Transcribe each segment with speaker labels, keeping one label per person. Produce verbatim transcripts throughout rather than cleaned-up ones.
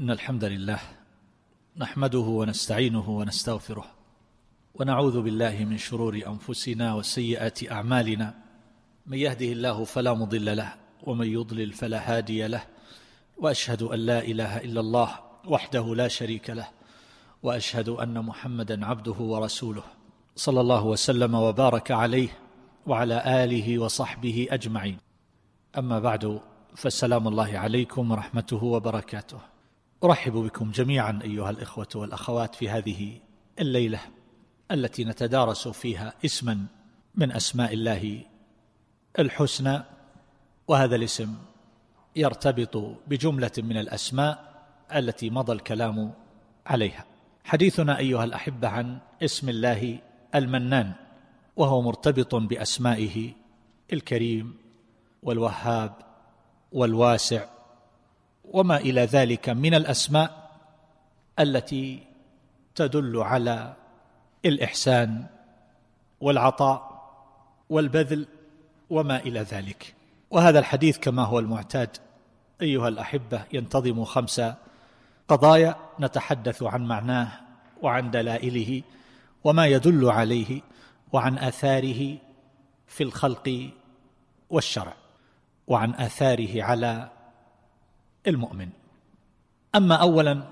Speaker 1: إن الحمد لله نحمده ونستعينه ونستغفره ونعوذ بالله من شرور أنفسنا وسيئات أعمالنا. من يهده الله فلا مضل له ومن يضلل فلا هادي له، وأشهد أن لا إله إلا الله وحده لا شريك له، وأشهد أن محمدا عبده ورسوله صلى الله وسلم وبارك عليه وعلى آله وصحبه أجمعين. أما بعد، فالسلام الله عليكم ورحمته وبركاته. أرحب بكم جميعا أيها الإخوة والأخوات في هذه الليلة التي نتدارس فيها اسما من أسماء الله الحسنى، وهذا الاسم يرتبط بجملة من الأسماء التي مضى الكلام عليها. حديثنا أيها الأحبة عن اسم الله المنان، وهو مرتبط بأسمائه الكريم والوهاب والواسع وما إلى ذلك من الأسماء التي تدل على الإحسان والعطاء والبذل وما إلى ذلك. وهذا الحديث كما هو المعتاد أيها الأحبة ينتظم خمس قضايا نتحدث عن معناه وعن دلائله وما يدل عليه وعن آثاره في الخلق والشرع وعن آثاره على المؤمن. أما أولا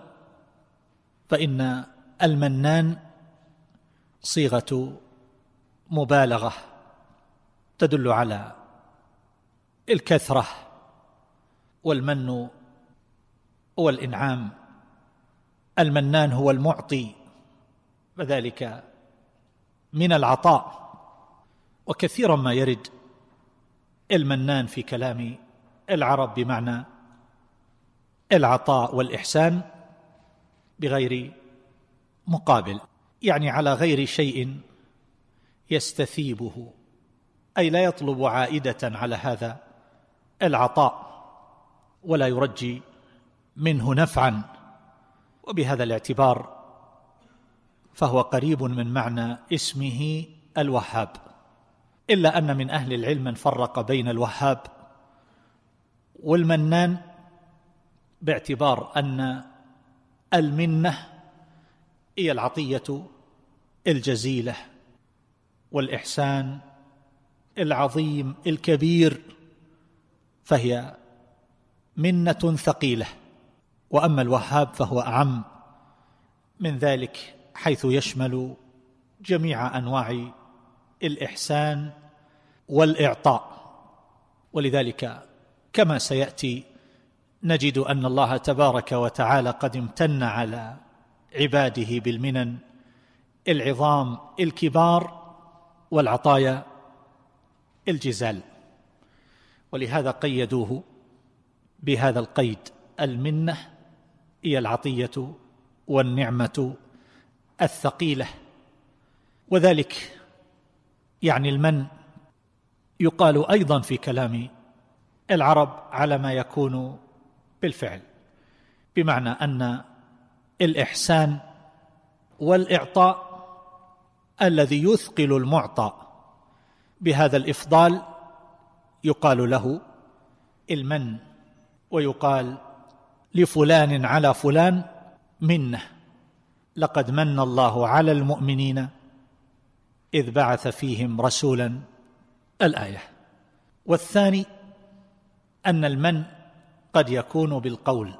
Speaker 1: فإن المنان صيغة مبالغة تدل على الكثرة، والمن والإنعام. المنان هو المعطي، وذلك من العطاء. وكثيرا ما يرد المنان في كلام العرب بمعنى العطاء والإحسان بغير مقابل، يعني على غير شيء يستثيبه، أي لا يطلب عائدة على هذا العطاء ولا يرجي منه نفعا. وبهذا الاعتبار فهو قريب من معنى اسمه الوهاب، إلا أن من أهل العلم من فرق بين الوهاب والمنان باعتبار أن المنة هي العطية الجزيلة والإحسان العظيم الكبير، فهي منة ثقيلة. وأما الوهاب فهو أعم من ذلك، حيث يشمل جميع أنواع الإحسان والإعطاء. ولذلك كما سيأتي نجد أن الله تبارك وتعالى قد امتن على عباده بالمنن العظام الكبار والعطايا الجزال، ولهذا قيدوه بهذا القيد: المنة هي العطية والنعمة الثقيلة. وذلك يعني المن يقال أيضا في كلام العرب على ما يكون بالفعل، بمعنى أن الإحسان والإعطاء الذي يثقل المعطى بهذا الإفضال يقال له المن، ويقال لفلان على فلان منه، لقد من الله على المؤمنين إذ بعث فيهم رسولا، الآية. والثاني أن المن قد يكون بالقول،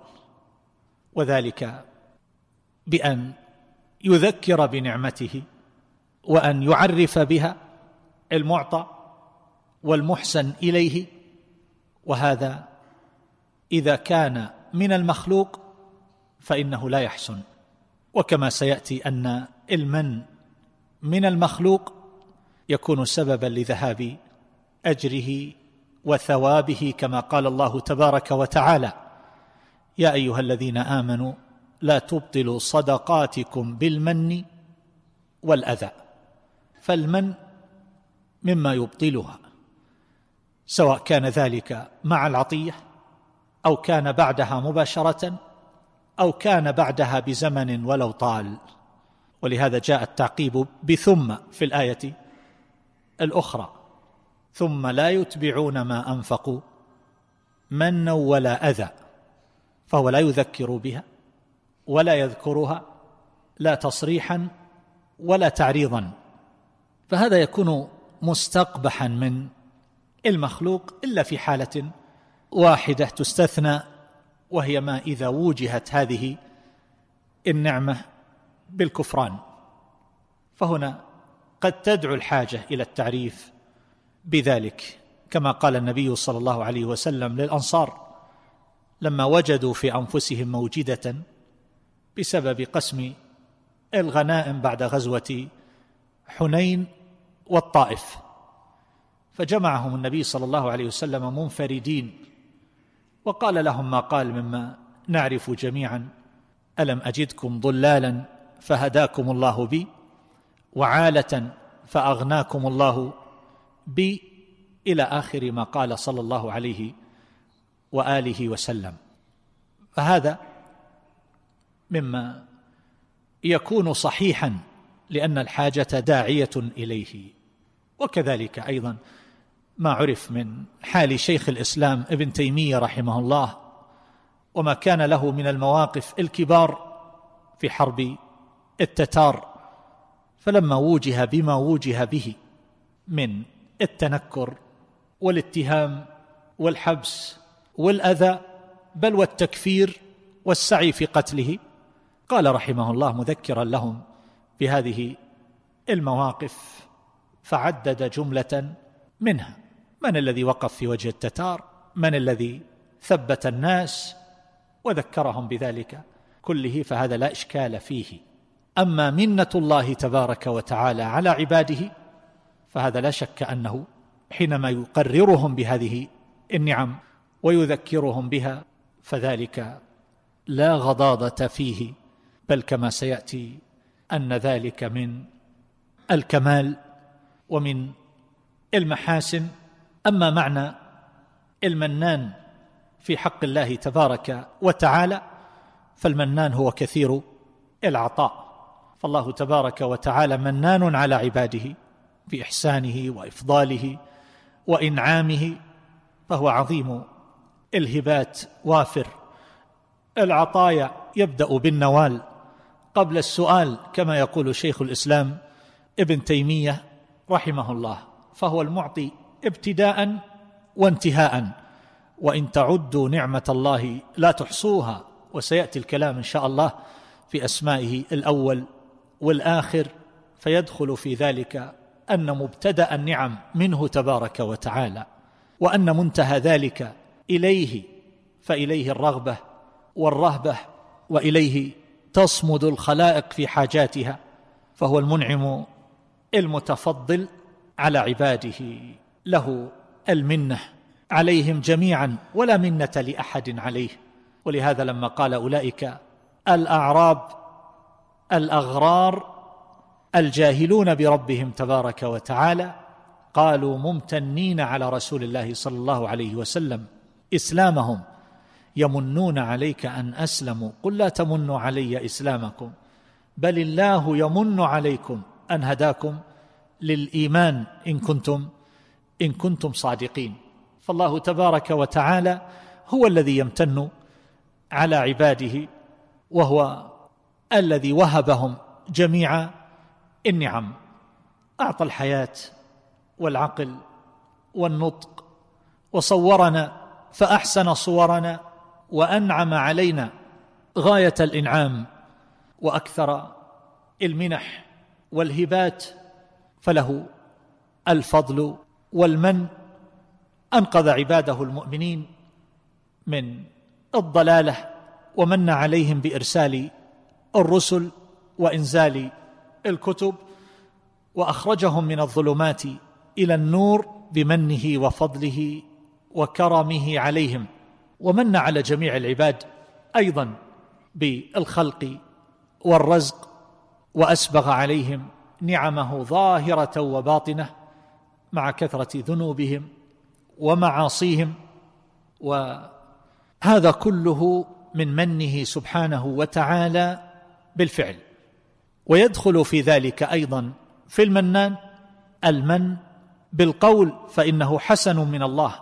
Speaker 1: وذلك بأن يذكر بنعمته وأن يعرف بها المعطى والمحسن إليه، وهذا إذا كان من المخلوق فإنه لا يحسن. وكما سيأتي أن المن من المخلوق يكون سببا لذهاب أجره وثوابه، كما قال الله تبارك وتعالى: يا أيها الذين آمنوا لا تبطلوا صدقاتكم بالمن والأذى. فالمن مما يبطلها، سواء كان ذلك مع العطية أو كان بعدها مباشرة أو كان بعدها بزمن ولو طال. ولهذا جاء التعقيب بثم في الآية الأخرى: ثم لا يتبعون ما أنفقوا منا ولا أذى، فهو لا يذكر بها ولا يذكرها لا تصريحا ولا تعريضا، فهذا يكون مستقبحا من المخلوق إلا في حالة واحدة تستثنى، وهي ما إذا وجهت هذه النعمة بالكفران، فهنا قد تدعو الحاجة إلى التعريف بذلك، كما قال النبي صلى الله عليه وسلم للأنصار لما وجدوا في أنفسهم موجدة بسبب قسم الغنائم بعد غزوة حنين والطائف، فجمعهم النبي صلى الله عليه وسلم منفردين وقال لهم ما قال مما نعرف جميعا: ألم أجدكم ضلالا فهداكم الله بي، وعالة فأغناكم الله بي، إلى آخر ما قال صلى الله عليه وآله وسلم. فهذا مما يكون صحيحا لأن الحاجة داعية إليه. وكذلك أيضا ما عرف من حال شيخ الإسلام ابن تيمية رحمه الله وما كان له من المواقف الكبار في حرب التتار، فلما وجه بما وجه به من التنكر والاتهام والحبس والأذى بل والتكفير والسعي في قتله، قال رحمه الله مذكرا لهم بهذه المواقف فعدد جملة منها: من الذي وقف في وجه التتار، من الذي ثبت الناس، وذكرهم بذلك كله، فهذا لا إشكال فيه. أما منة الله تبارك وتعالى على عباده فهذا لا شك أنه حينما يقررهم بهذه النعم ويذكرهم بها فذلك لا غضاضة فيه، بل كما سيأتي أن ذلك من الكمال ومن المحاسن. أما معنى المنان في حق الله تبارك وتعالى فالمنان هو كثير العطاء، فالله تبارك وتعالى منان على عباده بإحسانه وإفضاله وإنعامه، فهو عظيم الهبات وافر العطايا، يبدأ بالنوال قبل السؤال كما يقول شيخ الإسلام ابن تيمية رحمه الله، فهو المعطي ابتداء وانتهاء، وإن تعدوا نعمة الله لا تحصوها. وسيأتي الكلام إن شاء الله في أسمائه الأول والآخر، فيدخل في ذلك أن مبتدأ النعم منه تبارك وتعالى، وأن منتهى ذلك إليه، فإليه الرغبة والرهبة، وإليه تصمد الخلائق في حاجاتها، فهو المنعم المتفضل على عباده، له المنة عليهم جميعا ولا منة لأحد عليه. ولهذا لما قال أولئك الأعراب الأغرار الجاهلون بربهم تبارك وتعالى قالوا ممتنين على رسول الله صلى الله عليه وسلم إسلامهم يمنون عليك أن أسلموا قل لا تمنوا علي إسلامكم بل الله يمن عليكم أن هداكم للإيمان إن كنتم إن كنتم صادقين. فالله تبارك وتعالى هو الذي يمتن على عباده، وهو الذي وهبهم جميع النعم، أعطى الحياة والعقل والنطق، وصورنا فأحسن صورنا، وأنعم علينا غاية الإنعام وأكثر المنح والهبات، فله الفضل والمن. أنقذ عباده المؤمنين من الضلالة ومن عليهم بإرسال الرسل وإنزال الكتب، وأخرجهم من الظلمات إلى النور بمنه وفضله وكرمه عليهم، ومن على جميع العباد أيضا بالخلق والرزق، وأسبغ عليهم نعمه ظاهرة وباطنة مع كثرة ذنوبهم ومعاصيهم، وهذا كله من منه سبحانه وتعالى بالفعل. ويدخل في ذلك أيضا في المنان المن بالقول، فإنه حسن من الله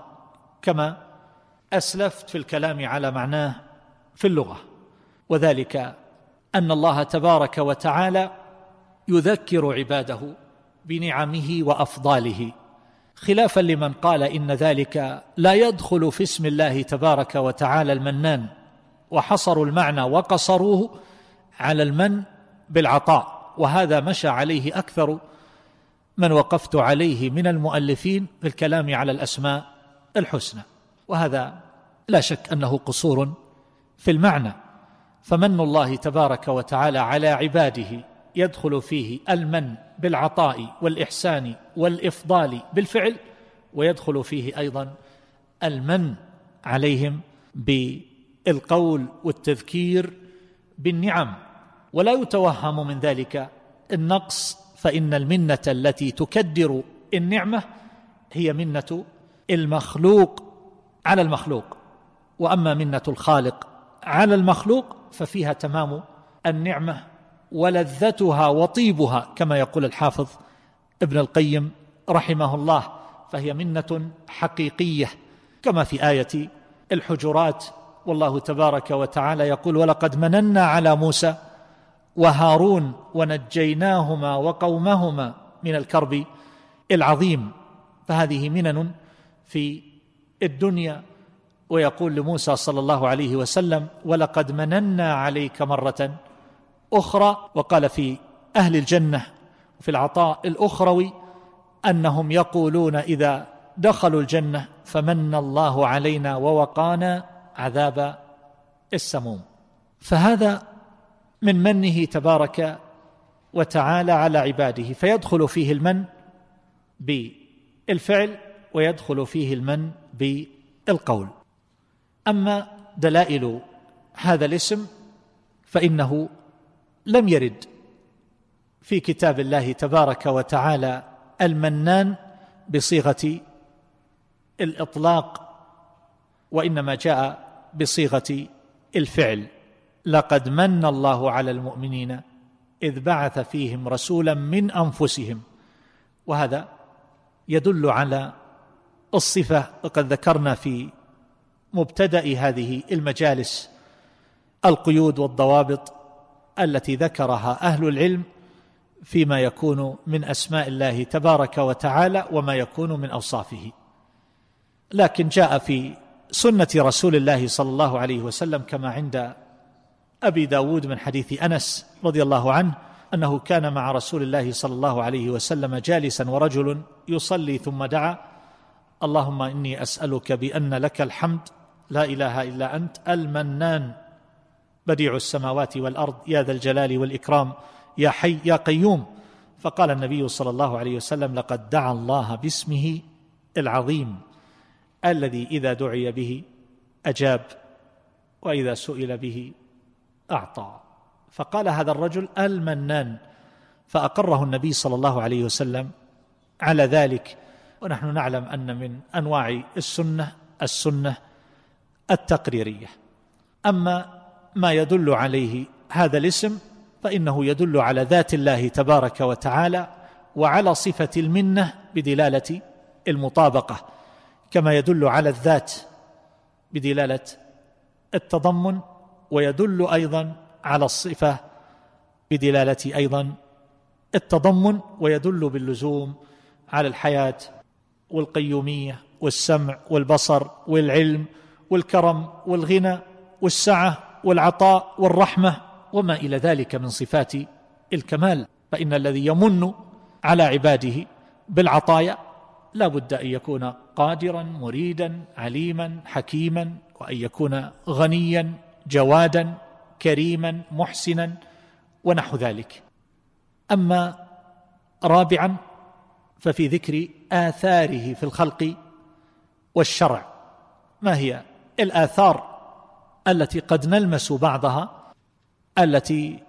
Speaker 1: كما أسلفت في الكلام على معناه في اللغة، وذلك أن الله تبارك وتعالى يذكر عباده بنعمه وأفضاله، خلافا لمن قال إن ذلك لا يدخل في اسم الله تبارك وتعالى المنان، وحصروا المعنى وقصروه على المن بالعطاء، وهذا مشى عليه أكثر من وقفت عليه من المؤلفين في الكلام على الأسماء الحسنى، وهذا لا شك أنه قصور في المعنى. فمن الله تبارك وتعالى على عباده يدخل فيه المن بالعطاء والإحسان والإفضال بالفعل، ويدخل فيه أيضا المن عليهم بالقول والتذكير بالنعم، ولا يتوهم من ذلك النقص، فإن المنة التي تكدر النعمة هي منة المخلوق على المخلوق، وأما منة الخالق على المخلوق ففيها تمام النعمة ولذتها وطيبها، كما يقول الحافظ ابن القيم رحمه الله، فهي منة حقيقية، كما في آية الحجرات، والله تبارك وتعالى يقول: ولقد مننا على موسى وهارون ونجيناهما وقومهما من الكرب العظيم. فهذه منن في الدنيا. ويقول لموسى صلى الله عليه وسلم: ولقد مننا عليك مرة أخرى. وقال في أهل الجنة في العطاء الأخروي أنهم يقولون إذا دخلوا الجنة: فمن الله علينا ووقانا عذاب السموم. فهذا من منه تبارك وتعالى على عباده، فيدخل فيه المن بالفعل ويدخل فيه المن بالقول. أما دلائل هذا الاسم فإنه لم يرد في كتاب الله تبارك وتعالى المنان بصيغة الإطلاق، وإنما جاء بصيغة الفعل: لقد من الله على المؤمنين إذ بعث فيهم رسولا من أنفسهم. وهذا يدل على الصفة. وقد ذكرنا في مبتدأ هذه المجالس القيود والضوابط التي ذكرها أهل العلم فيما يكون من أسماء الله تبارك وتعالى وما يكون من أوصافه. لكن جاء في سنة رسول الله صلى الله عليه وسلم كما عند أبي داود من حديث أنس رضي الله عنه أنه كان مع رسول الله صلى الله عليه وسلم جالسا ورجل يصلي ثم دعا: اللهم إني أسألك بأن لك الحمد لا إله إلا أنت المنان بديع السماوات والأرض يا ذا الجلال والإكرام يا حي يا قيوم. فقال النبي صلى الله عليه وسلم: لقد دعا الله باسمه العظيم الذي إذا دعي به أجاب وإذا سئل به أعطى. فقال هذا الرجل المنان، فأقره النبي صلى الله عليه وسلم على ذلك. ونحن نعلم أن من أنواع السنة السنة التقريرية. أما ما يدل عليه هذا الاسم فإنه يدل على ذات الله تبارك وتعالى وعلى صفة المنة بدلالة المطابقة، كما يدل على الذات بدلالة التضمن، ويدل أيضا على الصفة بدلالة أيضا التضمن، ويدل باللزوم على الحياة والقيومية والسمع والبصر والعلم والكرم والغنى والسعة والعطاء والرحمة وما إلى ذلك من صفات الكمال. فإن الذي يمن على عباده بالعطايا لا بد أن يكون قادرا مريدا عليما حكيما، وأن يكون غنيا جوادا كريما محسنا ونحو ذلك. أما رابعا ففي ذكر آثاره في الخلق والشرع. ما هي الآثار التي قد نلمس بعضها التي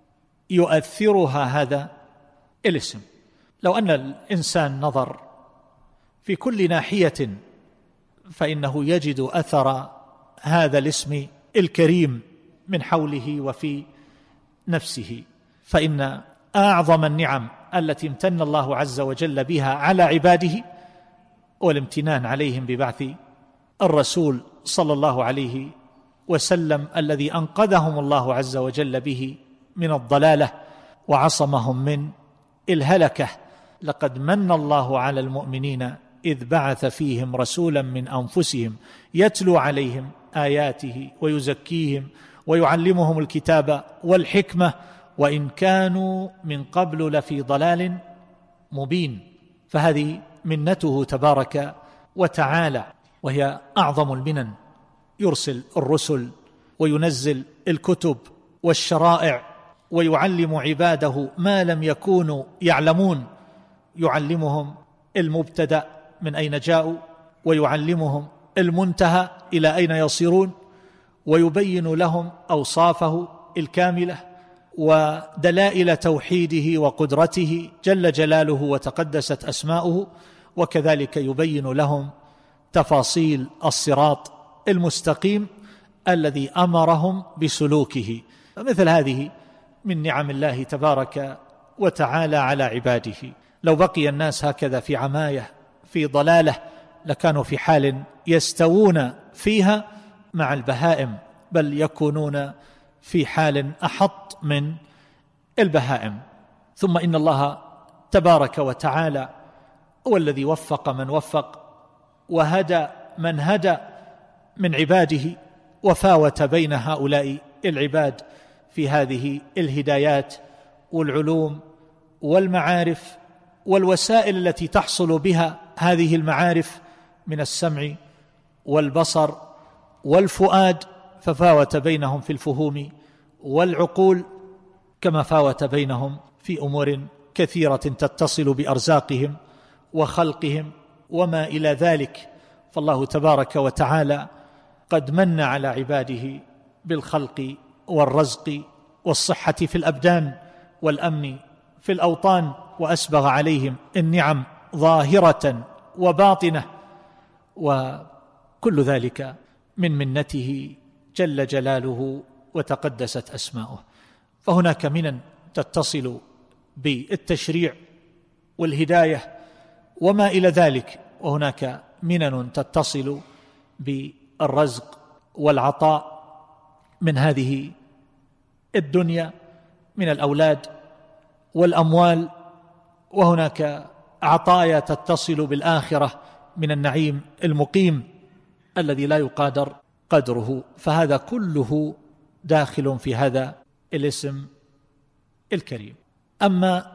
Speaker 1: يؤثرها هذا الاسم؟ لو أن الإنسان نظر في كل ناحية فإنه يجد أثر هذا الاسم الكريم من حوله وفي نفسه. فإن أعظم النعم التي امتن الله عز وجل بها على عباده والامتنان عليهم ببعث الرسول صلى الله عليه وسلم الذي أنقذهم الله عز وجل به من الضلالة وعصمهم من الهلكة. لقد من الله على المؤمنين إذ بعث فيهم رسولا من أنفسهم يتلو عليهم آياته ويزكيهم ويعلمهم الكتاب والحكمة وإن كانوا من قبل لفي ضلال مبين. فهذه منته تبارك وتعالى، وهي أعظم المنن. يرسل الرسل وينزل الكتب والشرائع ويعلم عباده ما لم يكونوا يعلمون، يعلمهم المبتدأ من أين جاءوا، ويعلمهم المنتهى إلى أين يصيرون، ويبين لهم أوصافه الكاملة ودلائل توحيده وقدرته جل جلاله وتقدست أسماؤه، وكذلك يبين لهم تفاصيل الصراط المستقيم الذي أمرهم بسلوكه. فمثل هذه من نعم الله تبارك وتعالى على عباده. لو بقي الناس هكذا في عماية في ضلالة لكانوا في حال يستوون فيها مع البهائم، بل يكونون في حال أحط من البهائم. ثم إن الله تبارك وتعالى هو الذي وفق من وفق وهدى من هدى من عباده، وفاوت بين هؤلاء العباد في هذه الهدايات والعلوم والمعارف والوسائل التي تحصل بها هذه المعارف من السمع والبصر والفؤاد، ففاوت بينهم في الفهوم والعقول كما فاوت بينهم في أمور كثيرة تتصل بأرزاقهم وخلقهم وما إلى ذلك. فالله تبارك وتعالى قد من على عباده بالخلق والرزق والصحة في الأبدان والأمن في الأوطان، وأسبغ عليهم النعم ظاهرة وباطنة، وكل ذلك من منته جل جلاله وتقدست أسماؤه. فهناك منن تتصل بالتشريع والهداية وما إلى ذلك، وهناك منن تتصل بالرزق والعطاء من هذه الدنيا من الأولاد والأموال، وهناك عطايا تتصل بالآخرة من النعيم المقيم الذي لا يقادر قدره. فهذا كله داخل في هذا الاسم الكريم. أما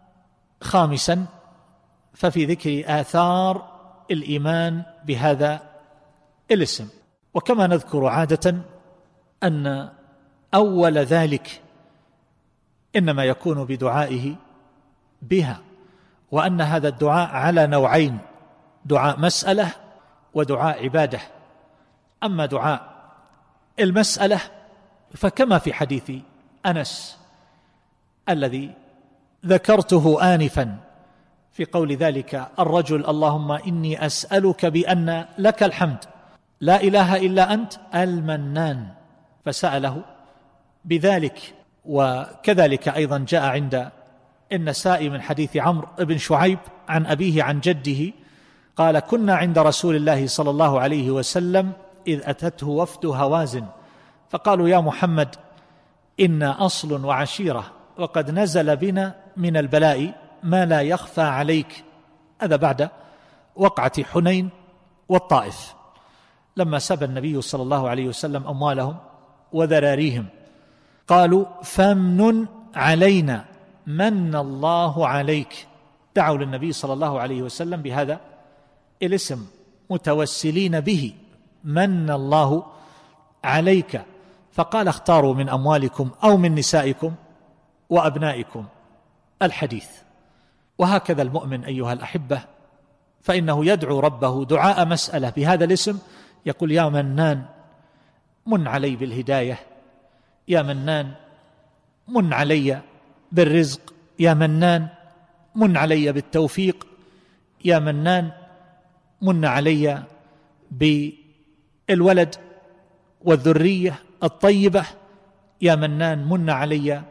Speaker 1: خامسا ففي ذكر آثار الإيمان بهذا الاسم. وكما نذكر عادة أن أول ذلك إنما يكون بدعائه بها، وأن هذا الدعاء على نوعين: دعاء مسألة ودعاء عبادة. أما دعاء المسألة فكما في حديث أنس الذي ذكرته آنفا في قول ذلك الرجل: اللهم إني أسألك بأن لك الحمد لا إله إلا أنت المنان، فسأله بذلك. وكذلك أيضا جاء عند النسائي من حديث عمرو بن شعيب عن أبيه عن جده قال: كنا عند رسول الله صلى الله عليه وسلم إذ أتته وفد هوازن فقالوا: يا محمد إنا أصل وعشيرة وقد نزل بنا من البلاء ما لا يخفى عليك. هذا بعد وقعة حنين والطائف، لما سبى النبي صلى الله عليه وسلم أموالهم وذراريهم. قالوا: فامنن علينا من الله عليك. دعوا للنبي صلى الله عليه وسلم بهذا الاسم متوسلين به: من الله عليك. فقال: اختاروا من أموالكم أو من نسائكم وأبنائكم. الحديث. وهكذا المؤمن أيها الأحبة، فإنه يدعو ربه دعاء مسألة بهذا الاسم، يقول: يا منان من علي بالهداية، يا منان من علي بالرزق، يا منان من علي بالتوفيق، يا منان من علي بالولد والذرية الطيبة، يا منان من علي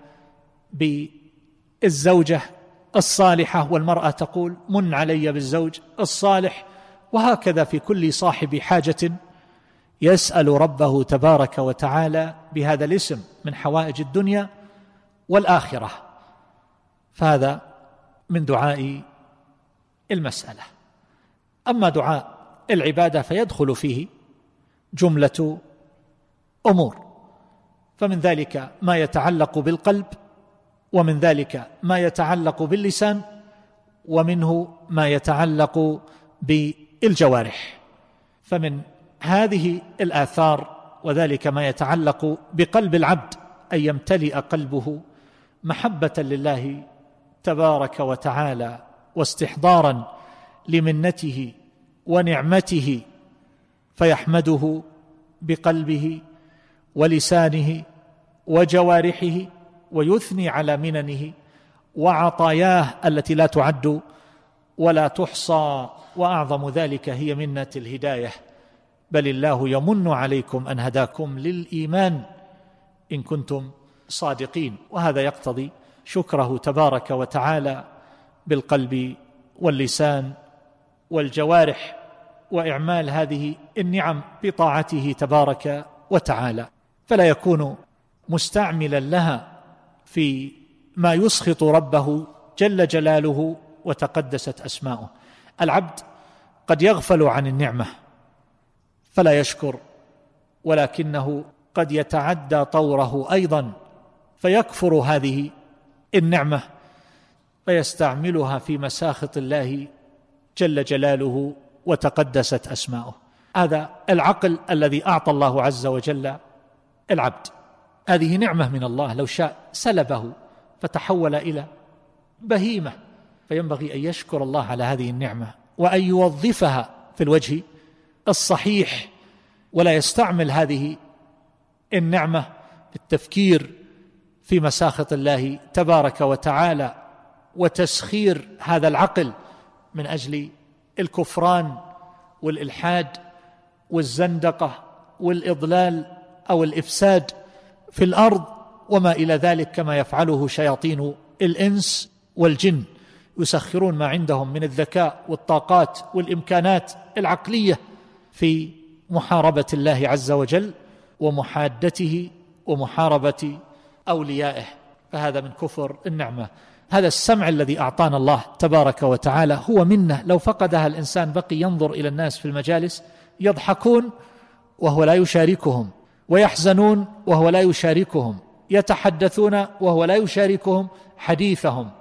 Speaker 1: بالزوجة الصالحة، والمرأة تقول: من علي بالزوج الصالح. وهكذا في كل صاحب حاجة يسأل ربه تبارك وتعالى بهذا الاسم من حوائج الدنيا والآخرة. فهذا من دعاء المسألة. أما دعاء العبادة فيدخل فيه جملة أمور، فمن ذلك ما يتعلق بالقلب، ومن ذلك ما يتعلق باللسان، ومنه ما يتعلق بالجوارح. فمن هذه الآثار وذلك ما يتعلق بقلب العبد أن يمتلئ قلبه محبة لله تبارك وتعالى واستحضارا لمنته ونعمته، فيحمده بقلبه ولسانه وجوارحه، ويثني على مننه وعطاياه التي لا تعد ولا تحصى، وأعظم ذلك هي منة الهداية. بل الله يمن عليكم أن هداكم للإيمان إن كنتم صادقين. وهذا يقتضي شكره تبارك وتعالى بالقلب واللسان والجوارح، وإعمال هذه النعم بطاعته تبارك وتعالى، فلا يكون مستعملا لها في ما يسخط ربه جل جلاله وتقدست أسماؤه. العبد قد يغفل عن النعمة فلا يشكر، ولكنه قد يتعدى طوره أيضا فيكفر هذه النعمة فيستعملها في مساخط الله جل جلاله وتقدست أسماؤه. هذا العقل الذي أعطى الله عز وجل العبد، هذه نعمة من الله، لو شاء سلبه فتحول إلى بهيمة، فينبغي أن يشكر الله على هذه النعمة وأن يوظفها في الوجه الصحيح، ولا يستعمل هذه النعمة في التفكير في مساخط الله تبارك وتعالى وتسخير هذا العقل من أجل الكفران والإلحاد والزندقة والإضلال أو الإفساد في الأرض وما إلى ذلك، كما يفعله شياطين الإنس والجن، يسخرون ما عندهم من الذكاء والطاقات والإمكانات العقلية في محاربة الله عز وجل ومحادته ومحاربة أوليائه. فهذا من كفر النعمة. هذا السمع الذي أعطانا الله تبارك وتعالى هو منه، لو فقدها الإنسان بقي ينظر إلى الناس في المجالس يضحكون وهو لا يشاركهم، ويحزنون وهو لا يشاركهم، يتحدثون وهو لا يشاركهم حديثهم.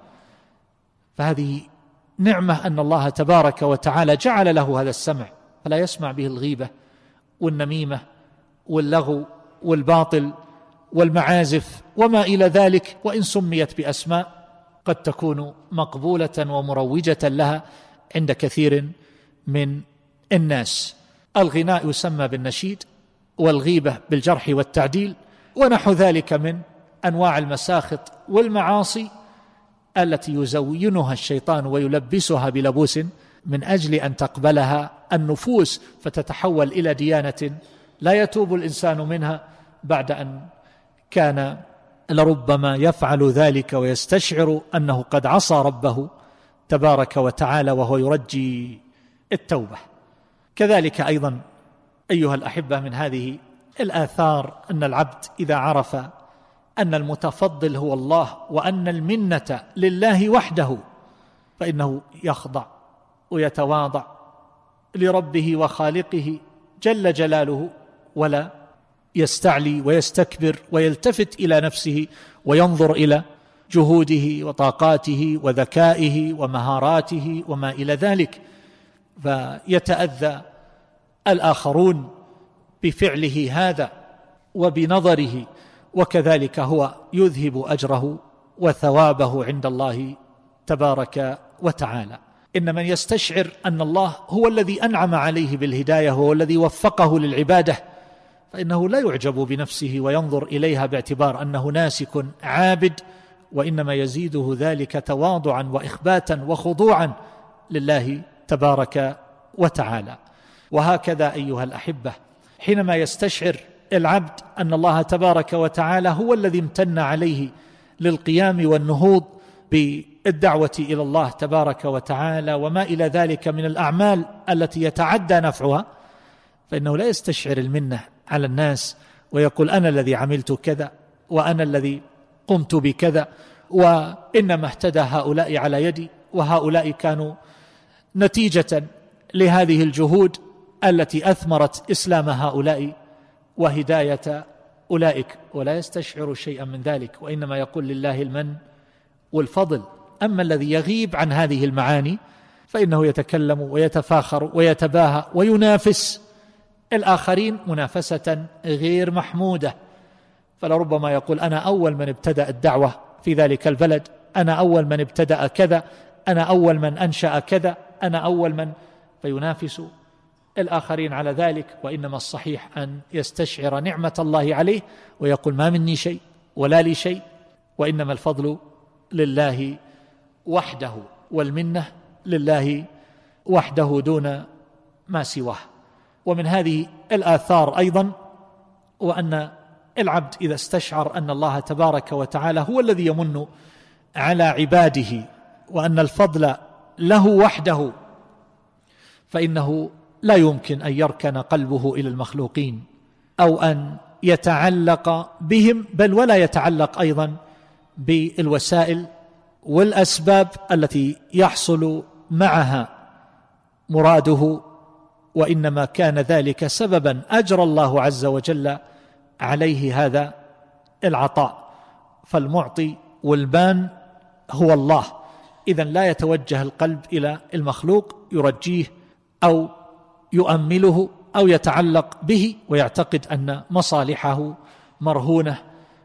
Speaker 1: فهذه نعمة أن الله تبارك وتعالى جعل له هذا السمع، فلا يسمع به الغيبة والنميمة واللغو والباطل والمعازف وما إلى ذلك، وإن سميت بأسماء قد تكون مقبولة ومروجة لها عند كثير من الناس. الغناء يسمى بالنشيد، والغيبة بالجرح والتعديل، ونحو ذلك من أنواع المساخط والمعاصي التي يزينها الشيطان ويلبسها بلبوس من أجل أن تقبلها النفوس فتتحول إلى ديانة لا يتوب الإنسان منها بعد أن كان لربما يفعل ذلك ويستشعر أنه قد عصى ربه تبارك وتعالى وهو يرجي التوبة. كذلك أيضا أيها الأحبة من هذه الآثار أن العبد إذا عرف أن المتفضل هو الله وأن المنة لله وحده فإنه يخضع ويتواضع لربه وخالقه جل جلاله، ولا يستعلي ويستكبر ويلتفت إلى نفسه وينظر إلى جهوده وطاقاته وذكائه ومهاراته وما إلى ذلك، فيتأذى الآخرون بفعله هذا وبنظره، وكذلك هو يذهب أجره وثوابه عند الله تبارك وتعالى. إن من يستشعر أن الله هو الذي أنعم عليه بالهداية هو الذي وفقه للعبادة فإنه لا يعجب بنفسه وينظر إليها باعتبار أنه ناسك عابد، وإنما يزيده ذلك تواضعا وإخباتا وخضوعا لله تبارك وتعالى. وهكذا أيها الأحبة حينما يستشعر العبد أن الله تبارك وتعالى هو الذي امتن عليه للقيام والنهوض بالدعوة إلى الله تبارك وتعالى وما إلى ذلك من الأعمال التي يتعدى نفعها، فإنه لا يستشعر المنة على الناس ويقول أنا الذي عملت كذا وأنا الذي قمت بكذا، وإنما اهتدى هؤلاء على يدي، وهؤلاء كانوا نتيجة لهذه الجهود التي أثمرت إسلام هؤلاء وهداية أولئك، ولا يستشعر شيئا من ذلك، وإنما يقول لله المن والفضل. أما الذي يغيب عن هذه المعاني فإنه يتكلم ويتفاخر ويتباهى وينافس الآخرين منافسة غير محمودة، فلربما يقول أنا أول من ابتدأ الدعوة في ذلك البلد، أنا أول من ابتدأ كذا، أنا أول من أنشأ كذا، أنا أول من، فينافس الآخرين على ذلك. وإنما الصحيح أن يستشعر نعمة الله عليه ويقول ما مني شيء ولا لي شيء، وإنما الفضل لله وحده والمنة لله وحده دون ما سواه. ومن هذه الآثار أيضا وأن العبد إذا استشعر أن الله تبارك وتعالى هو الذي يمن على عباده وأن الفضل له وحده، فإنه لا يمكن أن يركن قلبه إلى المخلوقين أو أن يتعلق بهم، بل ولا يتعلق أيضا بالوسائل والأسباب التي يحصل معها مراده، وإنما كان ذلك سببا أجرى الله عز وجل عليه هذا العطاء. فالمعطي والبان هو الله، إذن لا يتوجه القلب إلى المخلوق يرجيه أو يؤمله أو يتعلق به ويعتقد أن مصالحه مرهونة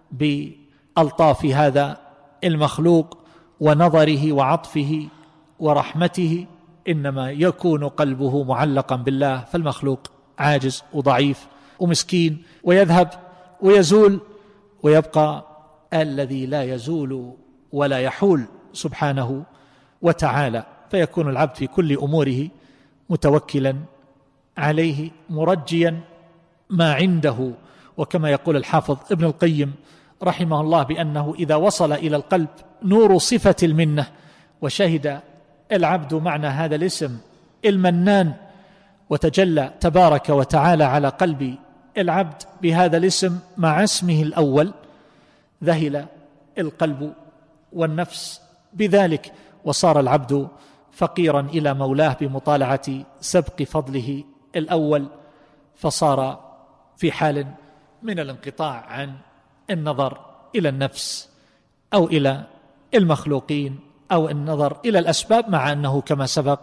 Speaker 1: بألطاف هذا المخلوق ونظره وعطفه ورحمته، إنما يكون قلبه معلقا بالله، فالمخلوق عاجز وضعيف ومسكين ويذهب ويزول، ويبقى الذي لا يزول ولا يحول سبحانه وتعالى. فيكون العبد في كل أموره متوكلا عليه مرجيا ما عنده. وكما يقول الحافظ ابن القيم رحمه الله بأنه إذا وصل إلى القلب نور صفة المنة وشهد العبد معنى هذا الاسم المنان وتجلى تبارك وتعالى على قلب العبد بهذا الاسم مع اسمه الأول، ذهل القلب والنفس بذلك، وصار العبد فقيرا إلى مولاه بمطالعة سبق فضله الأول، فصار في حال من الانقطاع عن النظر إلى النفس أو إلى المخلوقين أو النظر إلى الأسباب، مع أنه كما سبق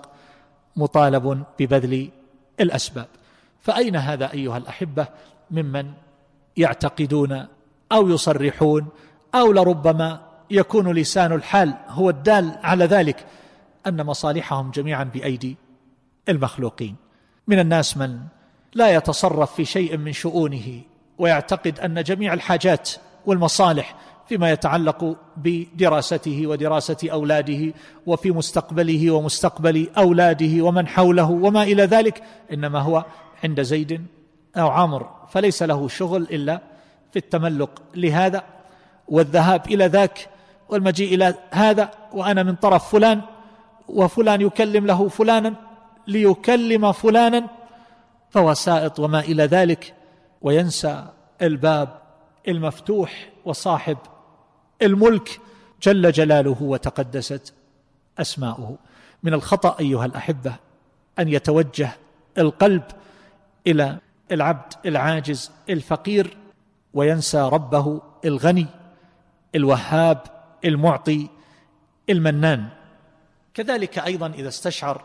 Speaker 1: مطالب ببذل الأسباب. فأين هذا أيها الأحبة ممن يعتقدون أو يصرحون أو لربما يكون لسان الحال هو الدال على ذلك أن مصالحهم جميعا بأيدي المخلوقين؟ من الناس من لا يتصرف في شيء من شؤونه ويعتقد أن جميع الحاجات والمصالح فيما يتعلق بدراسته ودراسة أولاده وفي مستقبله ومستقبل أولاده ومن حوله وما إلى ذلك إنما هو عند زيد أو عمرو، فليس له شغل إلا في التملق لهذا والذهاب إلى ذاك والمجيء إلى هذا، وأنا من طرف فلان وفلان يكلم له فلانا ليكلم فلانا، فوسائط وما إلى ذلك، وينسى الباب المفتوح وصاحب الملك جل جلاله وتقدست أسماؤه. من الخطأ أيها الأحبة أن يتوجه القلب إلى العبد العاجز الفقير وينسى ربه الغني الوهاب المعطي المنان. كذلك أيضا إذا استشعر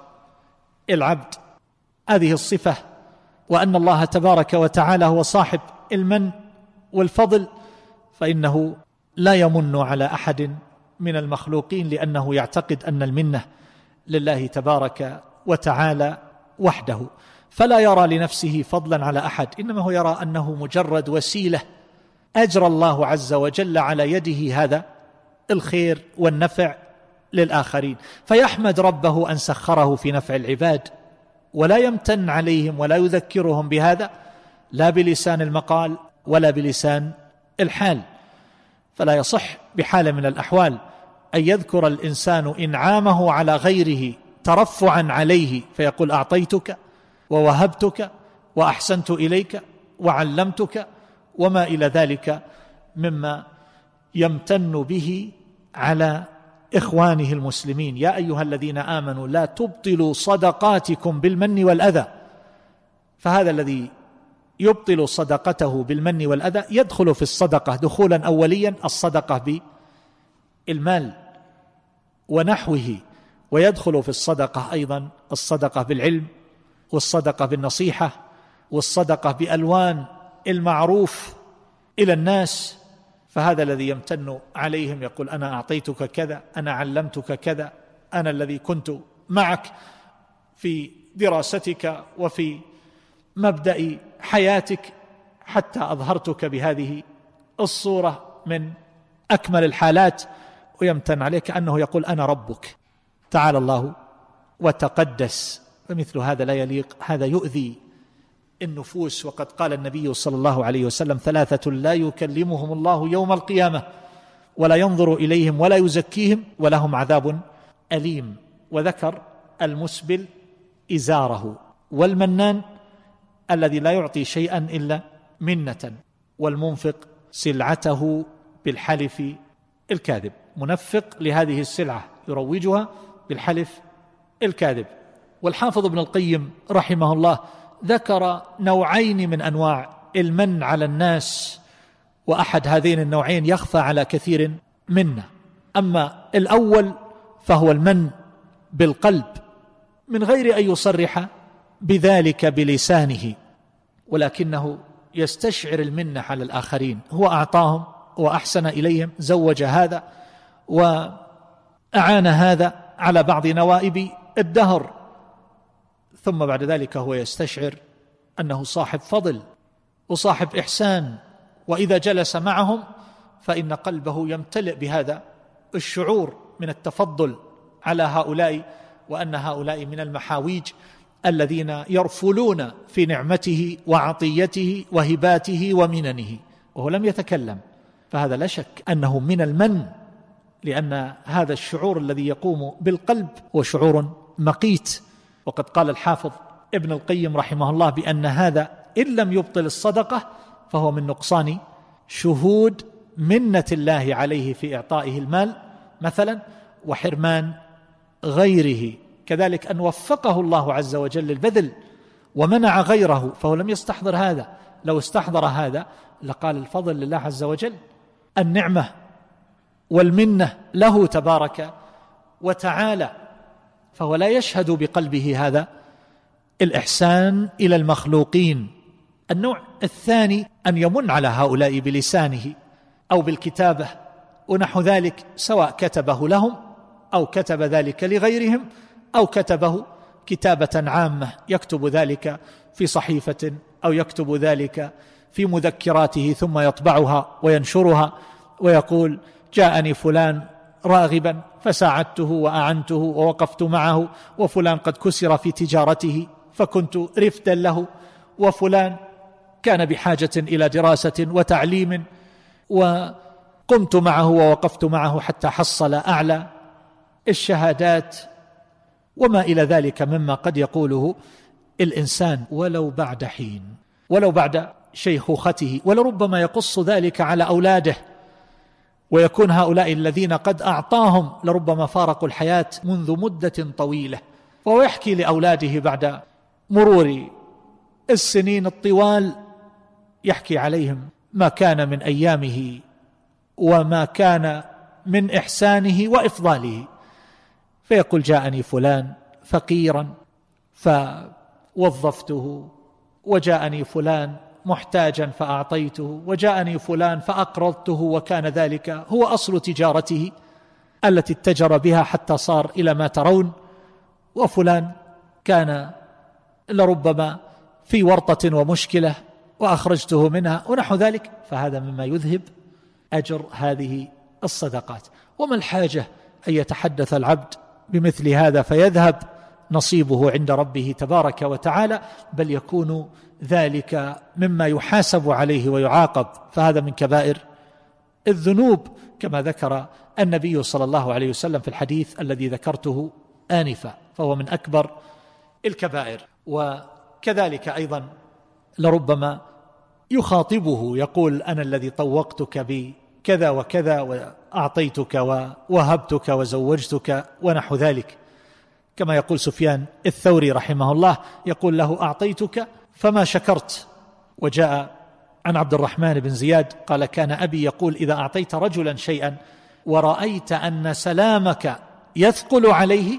Speaker 1: العبد هذه الصفة وأن الله تبارك وتعالى هو صاحب المن والفضل، فإنه لا يمن على أحد من المخلوقين، لأنه يعتقد أن المنة لله تبارك وتعالى وحده، فلا يرى لنفسه فضلا على أحد، إنما هو يرى أنه مجرد وسيلة أجرى الله عز وجل على يده هذا الخير والنفع للآخرين، فيحمد ربه أن سخره في نفع العباد، ولا يمتن عليهم ولا يذكرهم بهذا لا بلسان المقال ولا بلسان الحال. فلا يصح بحال من الأحوال أن يذكر الإنسان إنعامه على غيره ترفعا عليه فيقول أعطيتك ووهبتك وأحسنت إليك وعلمتك وما إلى ذلك مما يمتن به على إخوانه المسلمين: يا أيها الذين آمنوا لا تبطلوا صدقاتكم بالمن والأذى. فهذا الذي يبطل صدقته بالمن والأذى يدخل في الصدقة دخولا أوليا الصدقة بالمال ونحوه، ويدخل في الصدقة أيضا الصدقة بالعلم والصدقة بالنصيحة والصدقة بألوان المعروف إلى الناس. فهذا الذي يمتن عليهم يقول: أنا أعطيتك كذا، أنا علمتك كذا، أنا الذي كنت معك في دراستك وفي مبدأ حياتك حتى أظهرتك بهذه الصورة من أكمل الحالات، ويمتن عليك أنه يقول: أنا ربك تعالى الله وتقدس. فمثل هذا لا يليق، هذا يؤذي النفوس. وقد قال النبي صلى الله عليه وسلم: ثلاثة لا يكلمهم الله يوم القيامة ولا ينظر إليهم ولا يزكيهم ولهم عذاب أليم. وذكر المسبل إزاره، والمنان الذي لا يعطي شيئا إلا منة، والمنفق سلعته بالحلف الكاذب، منفق لهذه السلعة يروجها بالحلف الكاذب. والحافظ ابن القيم رحمه الله ذكر نوعين من أنواع المن على الناس، وأحد هذين النوعين يخفى على كثير منا. أما الأول فهو المن بالقلب من غير أن يصرح بذلك بلسانه، ولكنه يستشعر المنة على الآخرين، هو أعطاهم وأحسن إليهم، زوج هذا وأعان هذا على بعض نوائب الدهر، ثم بعد ذلك هو يستشعر أنه صاحب فضل وصاحب إحسان، وإذا جلس معهم فإن قلبه يمتلئ بهذا الشعور من التفضل على هؤلاء، وأن هؤلاء من المحاويج الذين يرفلون في نعمته وعطيته وهباته ومننه، وهو لم يتكلم. فهذا لا شك أنه من المن، لأن هذا الشعور الذي يقوم بالقلب هو شعور مقيت. وقد قال الحافظ ابن القيم رحمه الله بأن هذا إن لم يبطل الصدقة فهو من نقصان شهود منة الله عليه في إعطائه المال مثلا، وحرمان غيره. كذلك أن وفقه الله عز وجل للبذل ومنع غيره، فهو لم يستحضر هذا. لو استحضر هذا لقال الفضل لله عز وجل، النعمة والمنة له تبارك وتعالى، فهو لا يشهد بقلبه هذا الإحسان إلى المخلوقين. النوع الثاني أن يمن على هؤلاء بلسانه أو بالكتابة ونحو ذلك، سواء كتبه لهم أو كتب ذلك لغيرهم أو كتبه كتابة عامة، يكتب ذلك في صحيفة أو يكتب ذلك في مذكراته ثم يطبعها وينشرها ويقول: جاءني فلان راغبا فساعدته وأعنته ووقفت معه، وفلان قد كسر في تجارته فكنت رفدا له، وفلان كان بحاجة إلى دراسة وتعليم وقمت معه ووقفت معه حتى حصل أعلى الشهادات، وما إلى ذلك مما قد يقوله الإنسان ولو بعد حين، ولو بعد شيخوخته، ولربما يقص ذلك على أولاده، ويكون هؤلاء الذين قد أعطاهم لربما فارقوا الحياة منذ مدة طويلة، وهو يحكي لأولاده بعد مرور السنين الطوال، يحكي عليهم ما كان من أيامه وما كان من إحسانه وإفضاله، فيقول: جاءني فلان فقيرا فوظفته، وجاءني فلان محتاجا فأعطيته، وجاءني فلان فأقرضته، وكان ذلك هو أصل تجارته التي اتجر بها حتى صار إلى ما ترون، وفلان كان لربما في ورطة ومشكلة وأخرجته منها ونحو ذلك. فهذا مما يذهب أجر هذه الصدقات. وما الحاجة أن يتحدث العبد بمثل هذا فيذهب نصيبه عند ربه تبارك وتعالى، بل يكون ذلك مما يحاسب عليه ويعاقب، فهذا من كبائر الذنوب كما ذكر النبي صلى الله عليه وسلم في الحديث الذي ذكرته آنفا، فهو من أكبر الكبائر. وكذلك أيضا لربما يخاطبه يقول: أنا الذي طوقتك كذا وكذا وأعطيتك ووهبتك وزوجتك ونحو ذلك، كما يقول سفيان الثوري رحمه الله، يقول له أعطيتك فما شكرت. وجاء عن عبد الرحمن بن زياد قال كان أبي يقول إذا أعطيت رجلا شيئا ورأيت أن سلامك يثقل عليه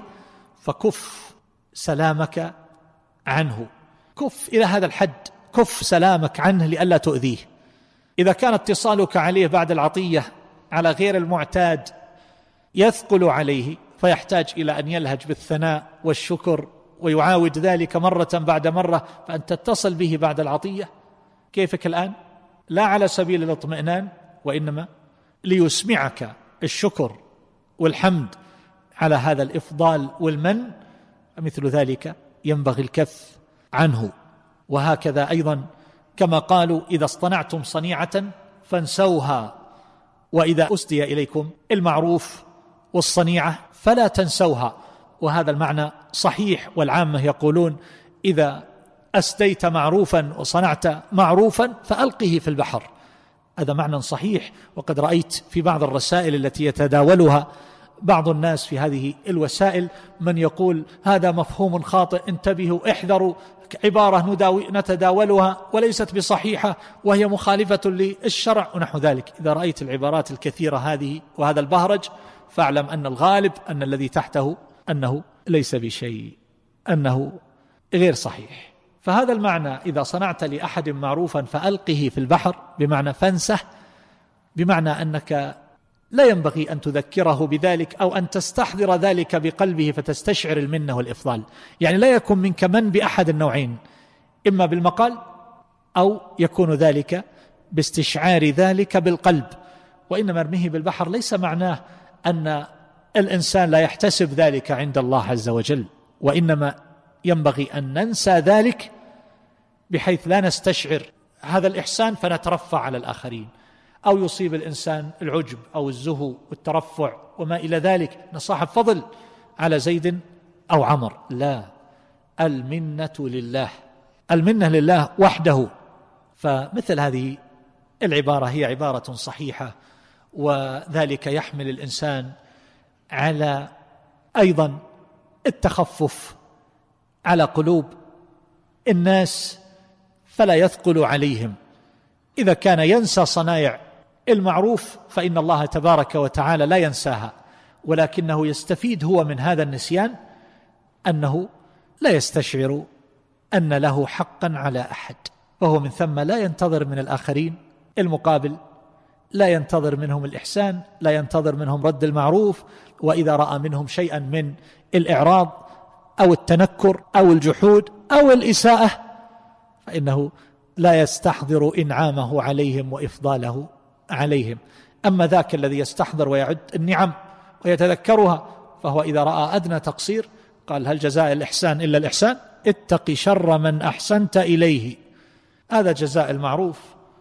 Speaker 1: فكف سلامك عنه، كف إلى هذا الحد، كف سلامك عنه لئلا تؤذيه. إذا كان اتصالك عليه بعد العطية على غير المعتاد يثقل عليه فيحتاج إلى أن يلهج بالثناء والشكر ويعاود ذلك مرة بعد مرة، فأن تتصل به بعد العطية كيفك الآن لا على سبيل الاطمئنان وإنما ليسمعك الشكر والحمد على هذا الإفضال والمن، مثل ذلك ينبغي الكف عنه. وهكذا أيضا كما قالوا إذا اصطنعتم صنيعة فانسوها، وإذا أسدي إليكم المعروف والصنيعة فلا تنسوها. وهذا المعنى صحيح، والعامة يقولون إذا أسديت معروفا وصنعت معروفا فألقه في البحر، هذا معنى صحيح. وقد رأيت في بعض الرسائل التي يتداولها بعض الناس في هذه الوسائل من يقول هذا مفهوم خاطئ، انتبهوا احذروا، عبارة نتداولها وليست بصحيحة وهي مخالفة للشرع ونحو ذلك. إذا رأيت العبارات الكثيرة هذه وهذا البهرج فاعلم أن الغالب أن الذي تحته أنه ليس بشيء، أنه غير صحيح. فهذا المعنى إذا صنعت لأحد معروفا فألقه في البحر بمعنى فانسه، بمعنى أنك لا ينبغي أن تذكره بذلك أو أن تستحضر ذلك بقلبه فتستشعر المنة والإفضال. يعني لا يكون منك من بأحد النوعين، إما بالمقال أو يكون ذلك باستشعار ذلك بالقلب. وإنما ارميه بالبحر ليس معناه أن الإنسان لا يحتسب ذلك عند الله عز وجل، وإنما ينبغي أن ننسى ذلك بحيث لا نستشعر هذا الإحسان فنترفع على الآخرين، أو يصيب الإنسان العجب أو الزهو والترفع وما إلى ذلك، نصاحب فضل على زيد أو عمر. لا، المنة لله، المنة لله وحده. فمثل هذه العبارة هي عبارة صحيحة، وذلك يحمل الإنسان على أيضا التخفف على قلوب الناس فلا يثقل عليهم. إذا كان ينسى صنايع المعروف فإن الله تبارك وتعالى لا ينساها، ولكنه يستفيد هو من هذا النسيان أنه لا يستشعر أن له حقا على أحد، وهو من ثم لا ينتظر من الآخرين المقابل، لا ينتظر منهم الإحسان، لا ينتظر منهم رد المعروف. وإذا رأى منهم شيئا من الإعراض أو التنكر أو الجحود أو الإساءة فإنه لا يستحضر إنعامه عليهم وإفضاله عليهم. أما ذاك الذي يستحضر ويعد النعم ويتذكرها فهو إذا رأى أدنى تقصير قال هل جزاء الإحسان إلا الإحسان، اتق شر من أحسنت إليه، هذا جزاء المعروف.